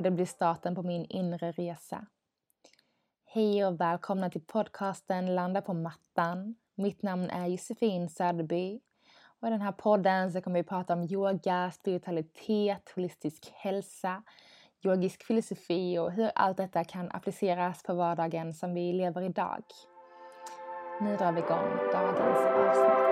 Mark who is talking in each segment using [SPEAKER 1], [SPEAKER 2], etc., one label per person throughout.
[SPEAKER 1] och det blir starten på min inre resa. Hej och välkomna till podcasten Landa på mattan. Mitt namn är Josefin Söderby och i den här podden så kommer vi prata om yoga, spiritualitet, holistisk hälsa, yogisk filosofi och hur allt detta kan appliceras på vardagen som vi lever idag. Nu drar vi igång dagens avsnitt.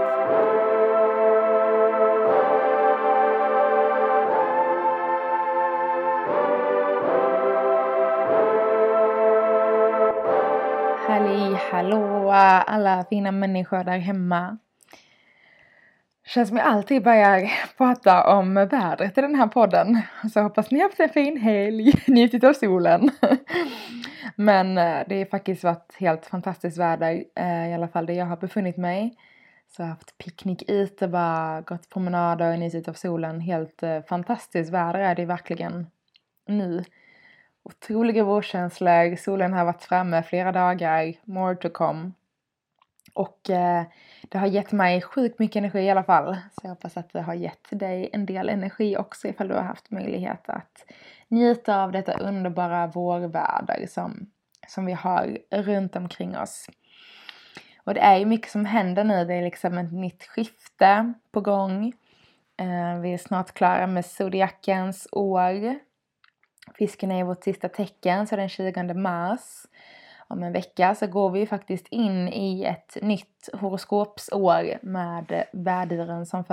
[SPEAKER 1] Hallå alla fina människor där hemma. Känns som jag alltid börjar prata om vädret i den här podden. Så hoppas ni har haft en fin helg, njutit av solen. Men det har faktiskt varit helt fantastiskt väder, i alla fall där jag har befunnit mig. Så jag har haft picknick ute, bara gått promenader och njutit av solen. Helt fantastiskt väder är det verkligen nu. Otroliga vårkänslor, solen har varit framme flera dagar, more to come. Och det har gett mig sjukt mycket energi i alla fall. Så jag hoppas att det har gett dig en del energi också ifall du har haft möjlighet att njuta av detta underbara vårväder som vi har runt omkring oss. Och det är ju mycket som händer nu, det är liksom ett nytt skifte på gång. Vi är snart klara med zodiakens år. Fisken är vårt sista tecken, så den 20 mars om en vecka så går vi faktiskt in i ett nytt horoskopsår med väduren som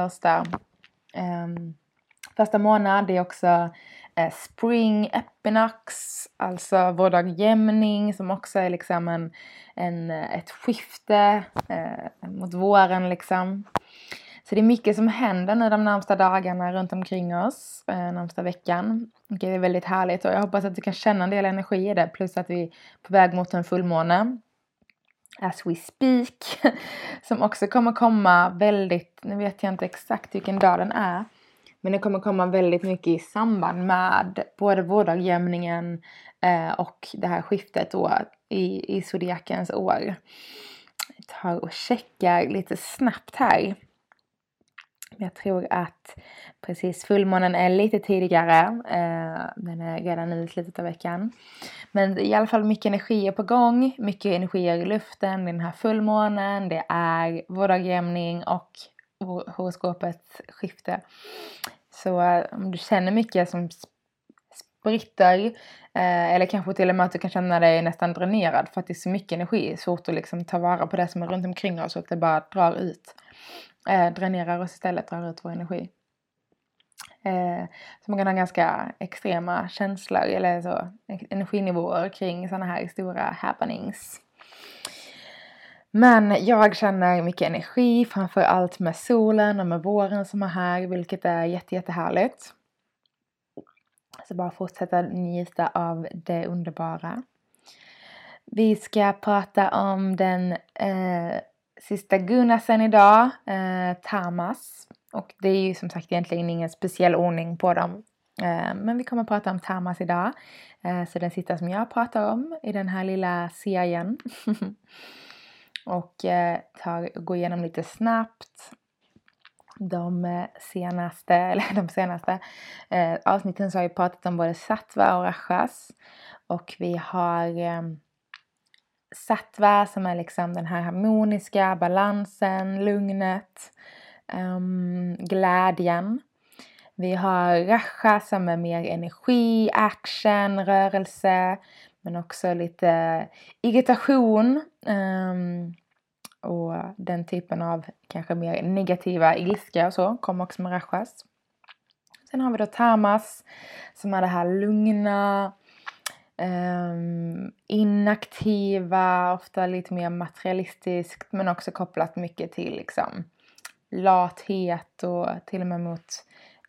[SPEAKER 1] första månad. Det är också spring equinox, alltså vårdag jämning som också är liksom ett skifte mot våren liksom. Så det är mycket som händer nu de närmsta dagarna runt omkring oss, närmsta veckan. Det är väldigt härligt och jag hoppas att du kan känna en del energi i det. Plus att vi är på väg mot en fullmåne, as we speak, som också kommer komma väldigt, nu vet jag inte exakt vilken dag den är. Men det kommer komma väldigt mycket i samband med både vårdagjämningen och det här skiftet då i zodiakens år. Jag tar och checkar lite snabbt här. Jag tror att precis fullmånen är lite tidigare. Den är redan nu i slutet av veckan. Men i alla fall mycket energier på gång. Mycket energier i luften. Den här fullmånen. Det är vårdagjämning och horoskopets skifte. Så om du känner mycket som spritter. Eller kanske till och med att du kan känna dig nästan dränerad. För att det är så mycket energi. Svårt att liksom ta vara på det som är runt omkring oss. Och det bara drar ut. Dränerar oss istället, drar ut vår energi. Så man kan ha ganska extrema känslor eller så, energinivåer kring sådana här stora happenings. Men jag känner mycket energi, framför allt med solen och med våren som är här, vilket är jättehärligt. Så bara fortsätta njuta av det underbara. Vi ska prata om den sista gunasen idag, tamas. Och det är ju som sagt egentligen ingen speciell ordning på dem. Men vi kommer att prata om tamas idag. Så den sista som jag pratar om i den här lilla serien. Och gå igenom lite snabbt. De senaste avsnitten så har jag pratat om både sattva och rajas. Och vi har sattva som är liksom den här harmoniska balansen, lugnet, glädjen. Vi har rajas som är mer energi, action, rörelse, men också lite irritation och den typen av kanske mer negativa ilska och så kommer också med rajas. Sen har vi då tamas som är det här lugna, inaktiva, ofta lite mer materialistiskt, men också kopplat mycket till liksom lathet och till och med mot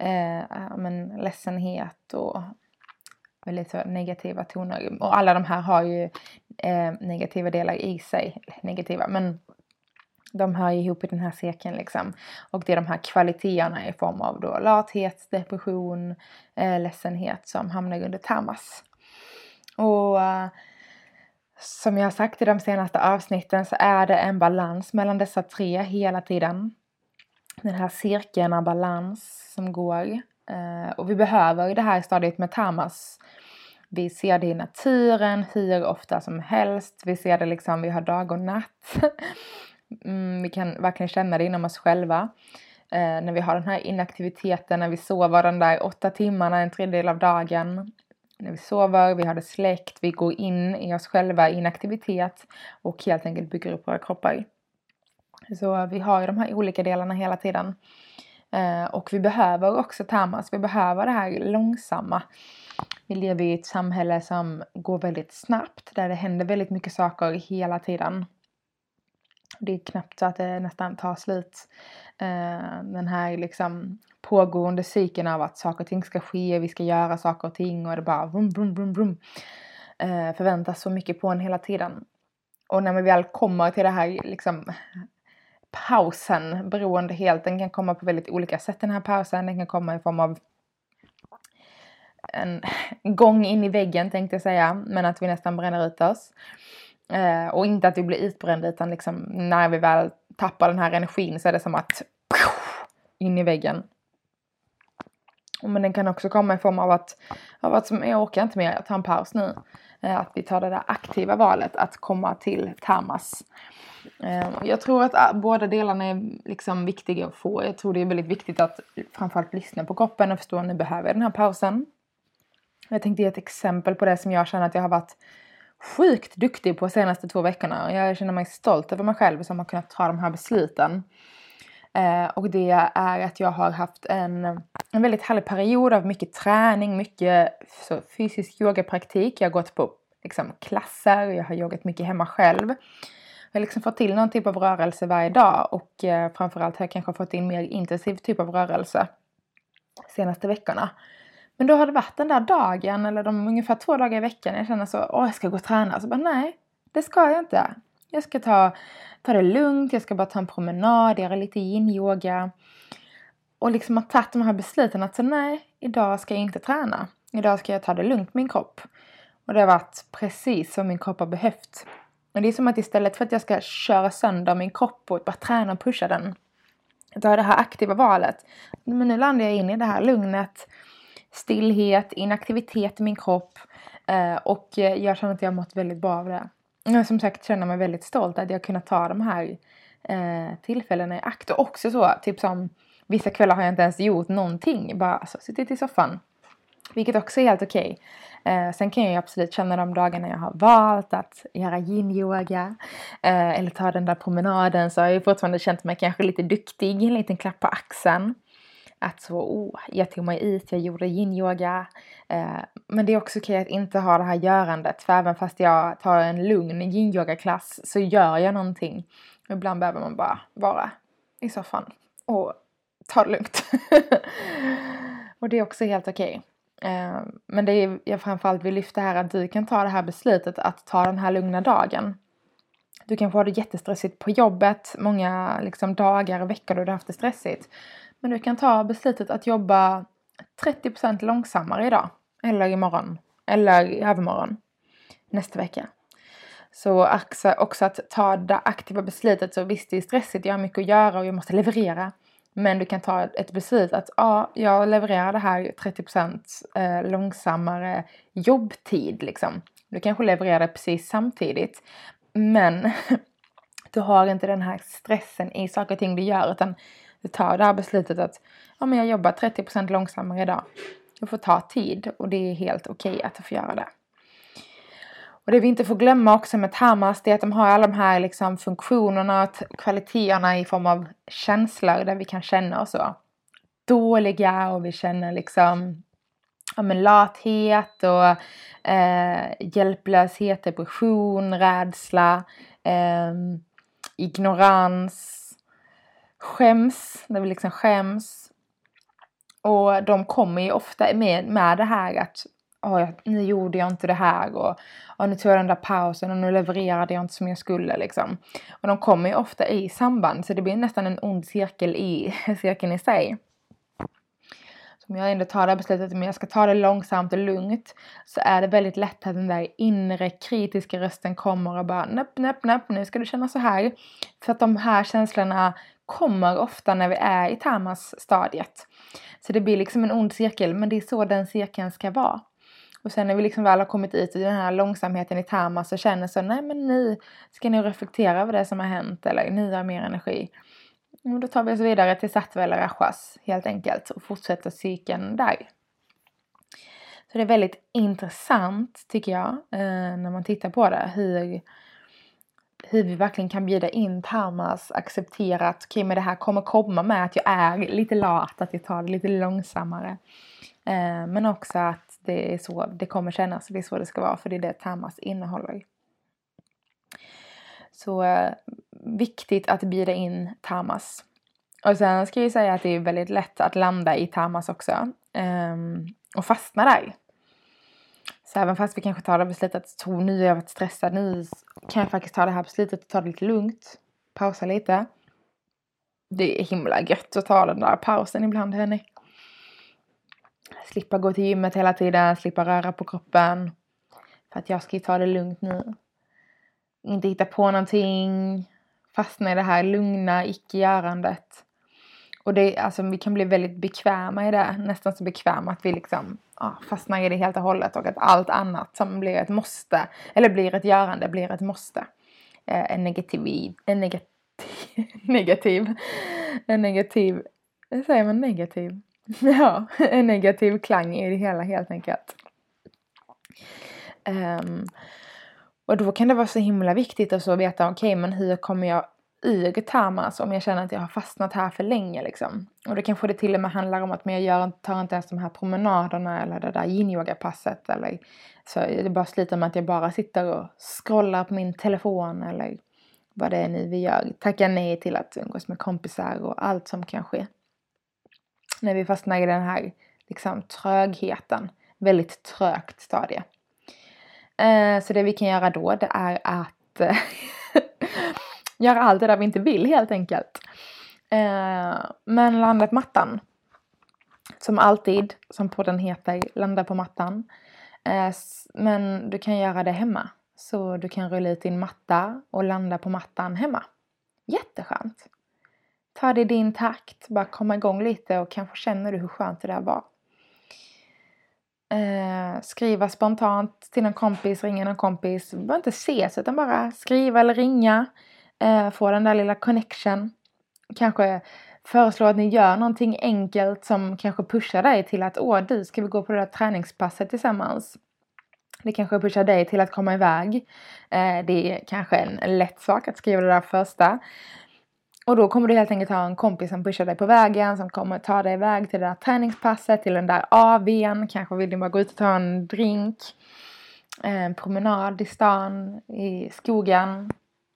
[SPEAKER 1] ledsenhet och väldigt så negativa toner. Och alla de här har ju negativa delar i sig, negativa, men de hör ihop i den här cirkeln liksom. Och det är de här kvaliteterna i form av då lathet, depression, ledsenhet som hamnar under tamas. Och som jag har sagt i de senaste avsnitten så är det en balans mellan dessa tre hela tiden. Den här cirkeln av balans som går. Och vi behöver i det här stadiet med tamas Vi ser det i naturen hur ofta som helst. Vi ser det liksom, vi har dag och natt. Vi kan verkligen känna det inom oss själva. När vi har den här inaktiviteten, när vi sover de där 8 timmarna, en tredjedel av dagen. När vi sover, vi har det släckt, vi går in i oss själva i inaktivitet och helt enkelt bygger upp våra kroppar. Så vi har ju de här olika delarna hela tiden. Och vi behöver också tamas, vi behöver det här långsamma. Vi lever i ett samhälle som går väldigt snabbt, där det händer väldigt mycket saker hela tiden. Det är knappt så att det nästan tar slut. Den här liksom pågående cykeln av att saker och ting ska ske, vi ska göra saker och ting och det bara vrum, vrum, vrum, vrum. Förväntas så mycket på en hela tiden. Och när vi väl kommer till det här liksom pausen, beroende helt, den kan komma på väldigt olika sätt den här pausen. Den kan komma i form av en gång in i väggen tänkte jag säga, men att vi nästan bränner ut oss. Och inte att vi blir utbrända, utan liksom när vi väl tappar den här energin så är det som att in i väggen. Men den kan också komma i form av att jag orkar inte mer, jag tar en paus nu. Att vi tar det där aktiva valet att komma till tamas. Jag tror att båda delarna är liksom viktiga att få. Jag tror det är väldigt viktigt att framförallt lyssna på kroppen och förstå att ni behöver den här pausen. Jag tänkte ge ett exempel på det som jag känner att jag har varit sjukt duktig på de senaste 2 veckorna. Jag känner mig stolt över mig själv som har kunnat ta de här besluten. Och det är att jag har haft en väldigt härlig period av mycket träning, mycket så fysisk yogapraktik. Jag har gått på liksom klasser, jag har yogat mycket hemma själv. Jag har liksom fått till någon typ av rörelse varje dag och framförallt har jag kanske fått in mer intensiv typ av rörelse senaste veckorna. Men då har det varit den där dagen eller ungefär 2 dagar i veckan jag känner så, jag ska gå och träna. Så bara nej, det ska jag inte. Jag ska ta det lugnt, jag ska bara ta en promenad, göra lite yin-yoga. Och liksom har tagit de här besluten att så nej, idag ska jag inte träna. Idag ska jag ta det lugnt med min kropp. Och det har varit precis som min kropp har behövt. Och det är som att istället för att jag ska köra sönder min kropp och bara träna och pusha den. Då är det här aktiva valet. Men nu landar jag in i det här lugnet, stillhet, inaktivitet i min kropp. Och jag känner att jag har mått väldigt bra av det. Jag som sagt känner mig väldigt stolt att jag kunnat ta de här tillfällena i akt. Och också så, typ som vissa kvällar har jag inte ens gjort någonting. Bara alltså, suttit i soffan. Vilket också är helt okej. Sen kan jag ju absolut känna de dagarna jag har valt att göra yin-yoga. Eller ta den där promenaden. Så har jag fortfarande känt mig kanske lite duktig. En liten klapp på axeln. Att så, jag tog mig ut, jag gjorde yin-yoga. Men det är också okej att inte ha det här görandet. För även fast jag tar en lugn yin-yoga-klass så gör jag någonting. Ibland behöver man bara vara i soffan och ta det lugnt. Och det är också helt okej. Men det är, jag framförallt vill lyfta här att du kan ta det här beslutet att ta den här lugna dagen. Du kanske har det jättestressigt på jobbet. Många liksom, dagar och veckor då du har haft det stressigt. Men du kan ta beslutet att jobba 30% långsammare idag. Eller imorgon. Eller i övermorgon. Nästa vecka. Så också att ta det aktiva beslutet. Så visst det är stressigt. Jag har mycket att göra och jag måste leverera. Men du kan ta ett beslut att jag levererar det här 30% långsammare jobbtid. Liksom. Du kanske levererar det precis samtidigt. Men du har inte den här stressen i saker och ting du gör. Utan du tar det här beslutet att men jag jobbar 30% långsammare idag. Du får ta tid och det är helt okej att du får göra det. Och det vi inte får glömma också med tamas det är att de har alla de här liksom funktionerna och kvaliteterna i form av känslor där vi kan känna oss så dåliga och vi känner liksom lathet och hjälplöshet, depression, rädsla, ignorans, skäms, där vi liksom skäms. Och de kommer ju ofta med det här att nu gjorde jag inte det här och nu tog jag den där pausen och nu levererade jag inte som jag skulle liksom. Och de kommer ju ofta i samband så det blir nästan en ond cirkeln i sig. Så om jag ändå tar det här beslutet men jag ska ta det långsamt och lugnt så är det väldigt lätt att den där inre kritiska rösten kommer och bara näpp, nu ska du känna så här. För att de här känslorna kommer ofta när vi är i tamas stadiet. Så det blir liksom en ond cirkel men det är så den cirkeln ska vara. Och sen när vi liksom väl har kommit ut i den här långsamheten i tamas och känner så, nej men nu ska ni reflektera över det som har hänt eller ni har mer energi. Och då tar vi oss vidare till sattva eller rajas helt enkelt och fortsätter cykeln där. Så det är väldigt intressant tycker jag när man tittar på det. Hur vi verkligen kan bjuda in tamas, acceptera att okej, men det här kommer komma med att jag är lite lat, att jag tar det lite långsammare. Men också att det är så det kommer kännas, det är så det ska vara, för det är det tamas innehåller. Så viktigt att bjuda in tamas. Och sen ska jag säga att det är väldigt lätt att landa i tamas också. Och fastna där. Så även fast vi kanske tar det beslutet att nu har jag varit stressad, nu kan jag faktiskt ta det här beslutet och ta det lite lugnt. Pausa lite. Det är himla gött att ta den där pausen ibland, hörni. Slippa gå till gymmet hela tiden, slippa röra på kroppen. För att jag ska ta det lugnt nu. Inte hitta på någonting. Fastna i det här lugna icke-görandet. Och det, alltså, vi kan bli väldigt bekväma i det. Nästan så bekväma att vi liksom fastnar i det helt och hållet. Och att allt annat som blir ett måste. Eller blir ett görande blir ett måste. En negativ. Säger man negativ? Ja, en negativ klang i det hela helt enkelt. Och då kan det vara så himla viktigt att så veta, okej, men hur kommer jag ur tamas om jag känner att jag har fastnat här för länge liksom. Och det kanske det till och med handlar om att jag tar inte ens de här promenaderna eller det där yin-yoga-passet. Eller så det bara slutar med att jag bara sitter och scrollar på min telefon eller vad det är ni vi gör. Tackar nej till att umgås med kompisar och allt som kan ske. När vi fastnar i den här liksom trögheten. Väldigt trögt stadie. Så det vi kan göra då, det är att göra allt det där vi inte vill helt enkelt. Men landa på mattan. Som alltid, som podden heter, landa på mattan. Men du kan göra det hemma. Så du kan rulla ut din matta och landa på mattan hemma. Jätteskönt. Ta det i din takt, bara komma igång lite och kanske känner du hur skönt det där var. Skriva spontant till en kompis, ringa en kompis. Bara inte ses utan bara skriva eller ringa. Få den där lilla connection. Kanske föreslå att ni gör någonting enkelt som kanske pushar dig till att du ska vi gå på det där träningspasset tillsammans. Det kanske pushar dig till att komma iväg. Det är kanske en lätt sak att skriva det där första. Och då kommer du helt enkelt ha en kompis som pushar dig på vägen. Som kommer ta dig iväg till det där träningspasset. Till den där AW:n. Kanske vill du bara gå ut och ta en drink. En promenad i stan. I skogen.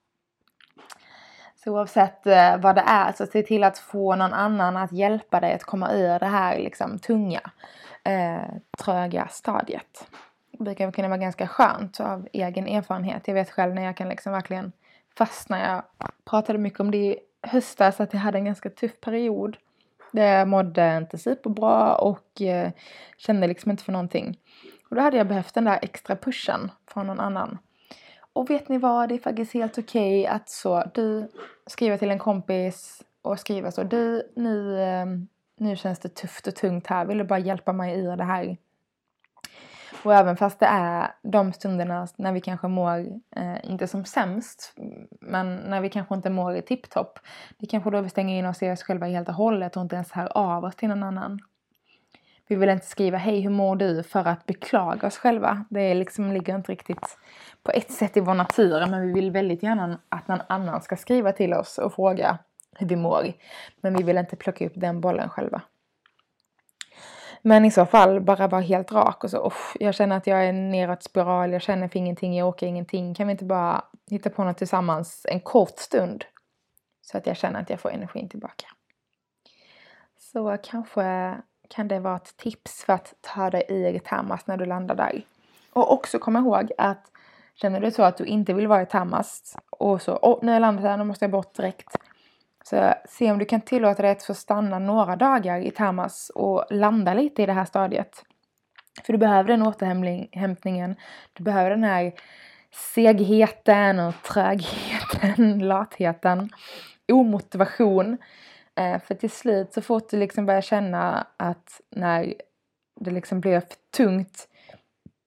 [SPEAKER 1] Så oavsett vad det är. Så se till att få någon annan att hjälpa dig att komma ur det här liksom tunga. Tröga stadiet. Det brukar kunna vara ganska skönt av egen erfarenhet. Jag vet själv när jag kan liksom verkligen fastna. Jag pratade mycket om det i höstas att jag hade en ganska tuff period. Där jag mådde inte superbra och kände liksom inte för någonting. Och då hade jag behövt den där extra pushen från någon annan. Och vet ni vad? Det är faktiskt helt okej att så du skriver till en kompis och skriver så. Nu känns det tufft och tungt här. Vill du bara hjälpa mig ur det här? Och även fast det är de stunderna när vi kanske mår inte som sämst. Men när vi kanske inte mår i tipptopp. Det kanske då vi stänger in och ser oss själva helt och hållet och inte ens hör av oss till någon annan. Vi vill inte skriva hej hur mår du för att beklaga oss själva. Det är liksom, ligger inte riktigt på ett sätt i vår natur. Men vi vill väldigt gärna att någon annan ska skriva till oss och fråga hur vi mår. Men vi vill inte plocka upp den bollen själva. Men i så fall bara vara helt rak och så. Jag känner att jag är neråt spiral. Jag känner för ingenting. Jag åker ingenting. Kan vi inte bara hitta på något tillsammans en kort stund. Så att jag känner att jag får energin tillbaka. Så kanske kan det vara ett tips för att ta dig i tamas när du landar där. Och också komma ihåg att känner du så att du inte vill vara i tamas. Och så, när jag landar där, nu måste jag bort direkt. Så se om du kan tillåta dig att få stanna några dagar i tamas och landa lite i det här stadiet. För du behöver den återhämtningen. Du behöver den här segheten och trögheten, latheten, omotivation. För till slut så fort du liksom börjar känna att när det liksom blir för tungt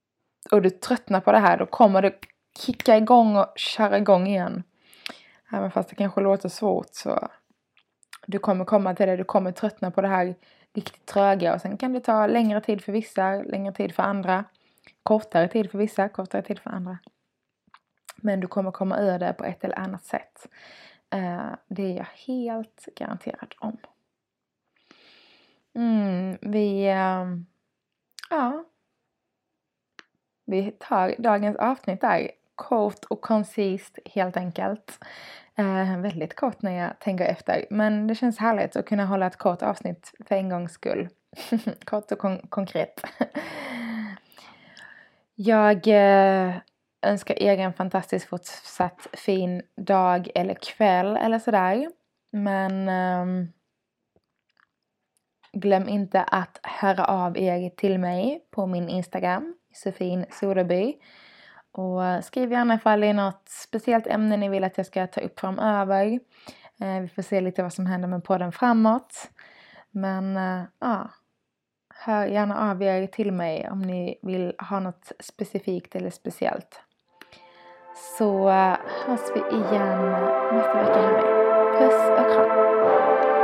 [SPEAKER 1] och du tröttnar på det här, då kommer det kicka igång och köra igång igen. Även fast det kanske låter svårt, så du kommer komma till det. Du kommer tröttna på det här riktigt tröga. Och sen kan det ta längre tid för vissa, längre tid för andra. Kortare tid för vissa, kortare tid för andra. Men du kommer komma ur det på ett eller annat sätt. Det är jag helt garanterad om. Vi tar dagens avsnitt där. Kort och koncist, helt enkelt. Väldigt kort när jag tänker efter. Men det känns härligt att kunna hålla ett kort avsnitt för en gångs skull. Kort och konkret. Jag önskar er en fantastiskt fortsatt fin dag eller kväll eller sådär. Men glöm inte att höra av er till mig på min Instagram, Sofin Soderby. Och skriv gärna ifall det är något speciellt ämne ni vill att jag ska ta upp framöver. Vi får se lite vad som händer med podden framåt. Men hör gärna av er till mig om ni vill ha något specifikt eller speciellt. Så hörs vi igen nästa vecka. Puss och kram.